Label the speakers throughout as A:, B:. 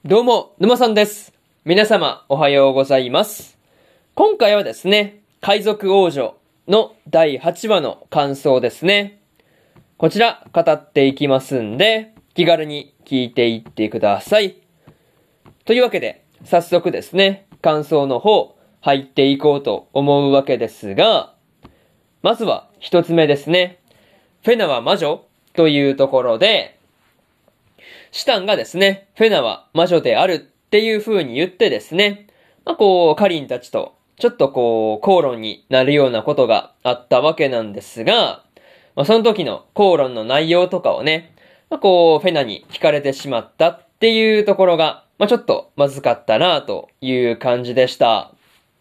A: どうも、沼さんです。皆様、おはようございます。今回はですね、海賊王女の第8話の感想ですね。こちら、語っていきますんで、気軽に聞いていってください。というわけで、早速ですね、感想の方、入っていこうと思うわけですが、まずは一つ目ですね。フェナは魔女というところで、シタンがですね、フェナは魔女であるっていう風に言ってですね、カリンたちと、ちょっと口論になるようなことがあったわけなんですが、その時の口論の内容とかをね、フェナに聞かれてしまったっていうところが、ちょっとまずかったなという感じでした。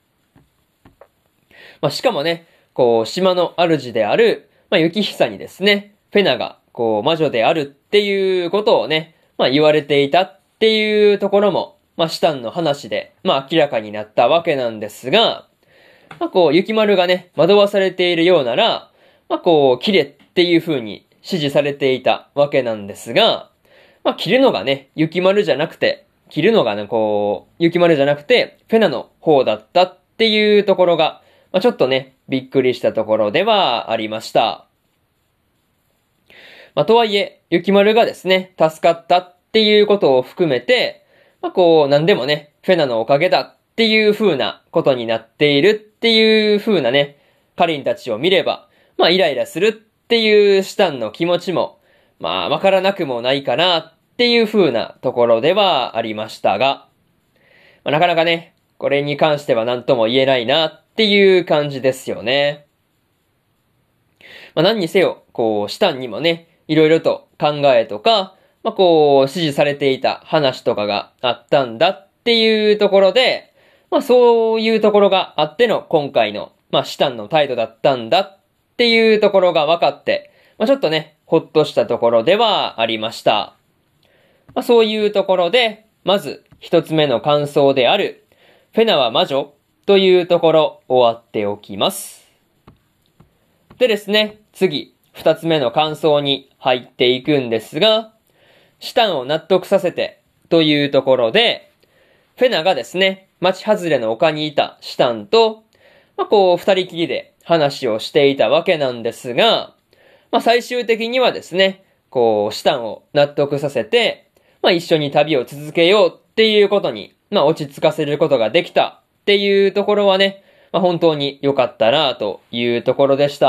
A: しかもね、島の主である、雪久にですね、フェナが、魔女であるっていうことをね、言われていたっていうところも、シタンの話で、明らかになったわけなんですが、雪丸がね、惑わされているようなら、切れっていう風に指示されていたわけなんですが、切るのがね、雪丸じゃなくて、切るのがね、雪丸じゃなくて、フェナの方だったっていうところが、ちょっとね、びっくりしたところではありました。とはいえ、雪丸がですね、助かったっていうことを含めて、何でもね、フェナのおかげだっていう風なことになっているっていう風なね、カリンたちを見れば、イライラするっていうシタンの気持ちも、わからなくもないかなっていう風なところではありましたが、なかなかね、これに関しては何とも言えないなっていう感じですよね。何にせよ、シタンにもね、いろいろと考えとか、指示されていた話とかがあったんだっていうところで、そういうところがあっての今回の、シタンの態度だったんだっていうところが分かって、ちょっとね、ほっとしたところではありました。そういうところで、まず一つ目の感想である、フェナは魔女というところ終わっておきます。でですね、次、二つ目の感想に入っていくんですが、シタンを納得させてというところで、フェナがですね、町外れの丘にいたシタンと、二人きりで話をしていたわけなんですが、最終的にはですね、シタンを納得させて、一緒に旅を続けようっていうことに、落ち着かせることができたっていうところはね、本当に良かったなというところでした。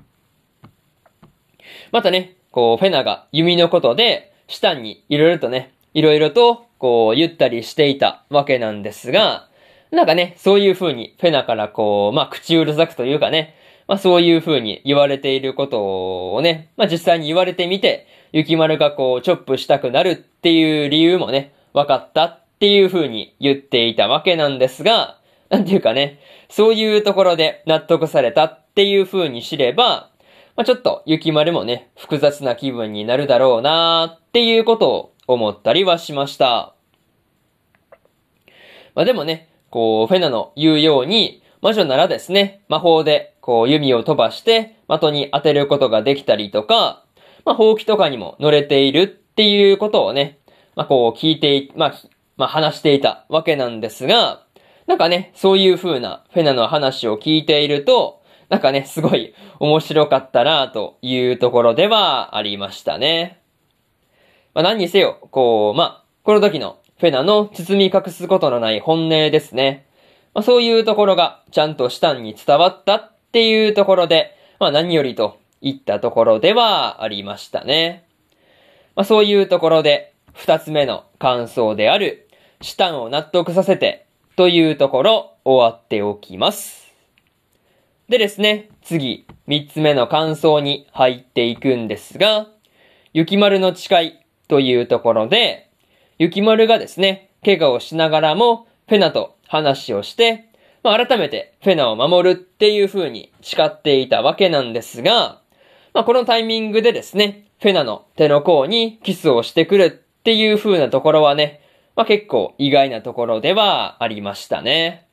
A: またね、フェナが弓のことで、シタンにいろいろと、言ったりしていたわけなんですが、なんかね、そういう風にフェナから口うるさくというかね、そういう風に言われていることをね、実際に言われてみて、雪丸がチョップしたくなるっていう理由もね、分かったっていう風に言っていたわけなんですが、なんていうかね、そういうところで納得されたっていう風に知れば、ちょっと雪丸もね、複雑な気分になるだろうなーっていうことを思ったりはしました。でもね、フェナの言うように、魔女ならですね、魔法で、弓を飛ばして、的に当てることができたりとか、ほうきとかにも乗れているっていうことをね、聞いて、話していたわけなんですが、なんかね、そういう風なフェナの話を聞いていると、なんかね、すごい面白かったなというところではありましたね。何にせよ、この時のフェナの包み隠すことのない本音ですね。そういうところがちゃんとシタンに伝わったっていうところで、何よりといったところではありましたね。そういうところで、二つ目の感想である、シタンを納得させてというところ終わっておきます。でですね、次、三つ目の感想に入っていくんですが、雪丸の誓いというところで、雪丸がですね、怪我をしながらも、フェナと話をして、改めてフェナを守るっていう風に誓っていたわけなんですが、このタイミングでですね、フェナの手の甲にキスをしてくるっていう風なところはね、結構意外なところではありましたね。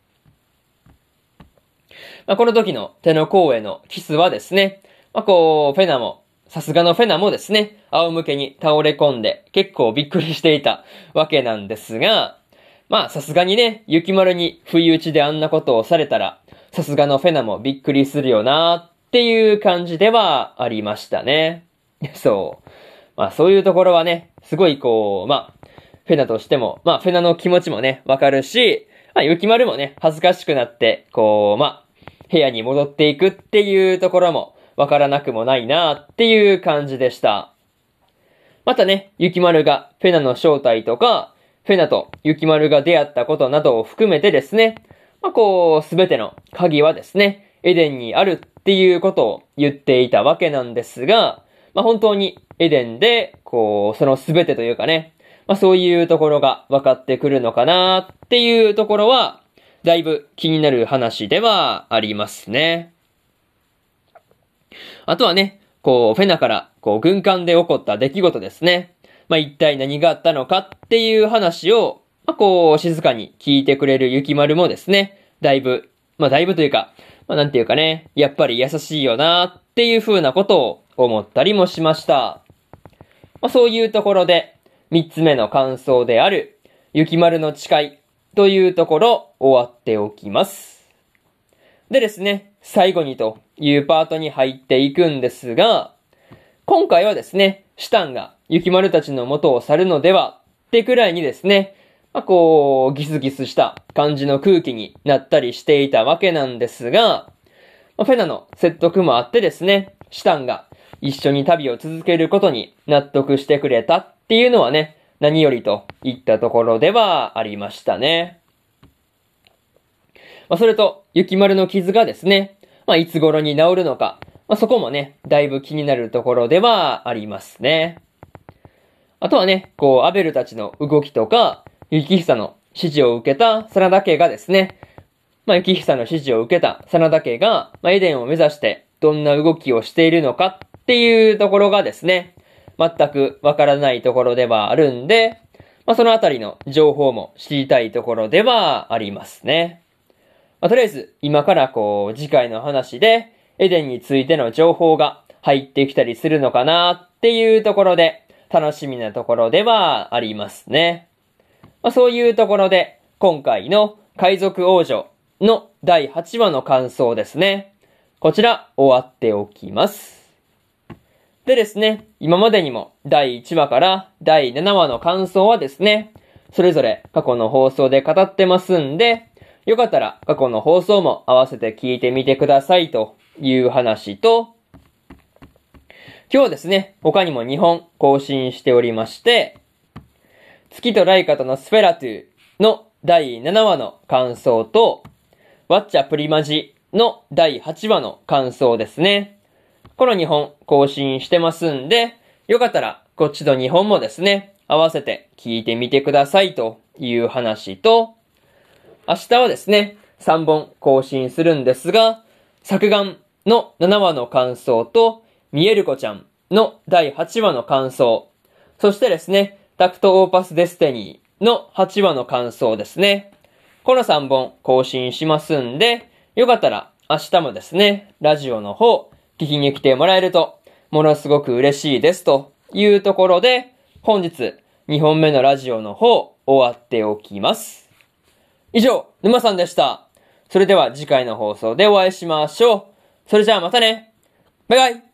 A: この時の手の甲へのキスはですね、フェナもさすがのフェナもですね、仰向けに倒れ込んで結構びっくりしていたわけなんですが、まあさすがにね、雪丸に不意打ちであんなことをされたら、さすがのフェナもびっくりするよなっていう感じではありましたね。そう。まあそういうところはね、すごいこう、まあ、フェナとしても、まあフェナの気持ちもね、わかるし、まあ雪丸もね、恥ずかしくなって、こう、まあ、部屋に戻っていくっていうところもわからなくもないなっていう感じでした。またね、雪丸がフェナの正体とか、フェナと雪丸が出会ったことなどを含めてですね、まあこう、すべての鍵はですね、エデンにあるっていうことを言っていたわけなんですが、まあ本当にエデンで、こう、そのすべてというかね、まあそういうところが分かってくるのかなっていうところは、だいぶ気になる話ではありますね。あとはね、こう、フェナから、こう、軍艦で起こった出来事ですね。まあ一体何があったのかっていう話を、まあこう、静かに聞いてくれる雪丸もですね、だいぶというか、まあなんていうかね、やっぱり優しいよなっていう風なことを思ったりもしました。まあそういうところで、三つ目の感想である、雪丸の誓いというところ終わっておきます。でですね、最後にというパートに入っていくんですが、今回はですね、シュタンが雪丸たちの元を去るのではってくらいにですね、まあこう、ギスギスした感じの空気になったりしていたわけなんですが、まあ、フェナの説得もあってですね、シュタンが一緒に旅を続けることに納得してくれたっていうのはね、何よりといったところではありましたね。まあ、それと、雪丸の傷がですね、まあ、いつ頃に治るのか、まあ、そこもね、だいぶ気になるところではありますね。あとはね、こう、アベルたちの動きとか、雪久の指示を受けた真田家がですね、まあ、雪久の指示を受けた真田家が、まあ、エデンを目指してどんな動きをしているのかっていうところがですね、全くわからないところではあるんで、まあ、そのあたりの情報も知りたいところではありますね。まあ、とりあえず、今からこう、次回の話で、エデンについての情報が入ってきたりするのかなっていうところで、楽しみなところではありますね。まあ、そういうところで、今回の海賊王女の第8話の感想ですね。こちら、終わっておきます。でですね、今までにも第1話から第7話の感想はですね、それぞれ過去の放送で語ってますんで、よかったら過去の放送も合わせて聞いてみてくださいという話と、今日はですね、他にも2本更新しておりまして、月とライカとのスフェラトゥの第7話の感想と、ワッチャプリマジの第8話の感想ですね。この2本更新してますんで、よかったらこっちの2本もですね、合わせて聞いてみてくださいという話と、明日はですね、3本更新するんですが、作眼の7話の感想と、ミエルコちゃんの第8話の感想、そしてですね、タクトオーパスデスティニーの8話の感想ですね。この3本更新しますんで、よかったら明日もですね、ラジオの方、聞きに来てもらえると、ものすごく嬉しいですというところで、本日2本目のラジオの方、終わっておきます。以上、沼さんでした。それでは次回の放送でお会いしましょう。それじゃあまたね。バイバイ。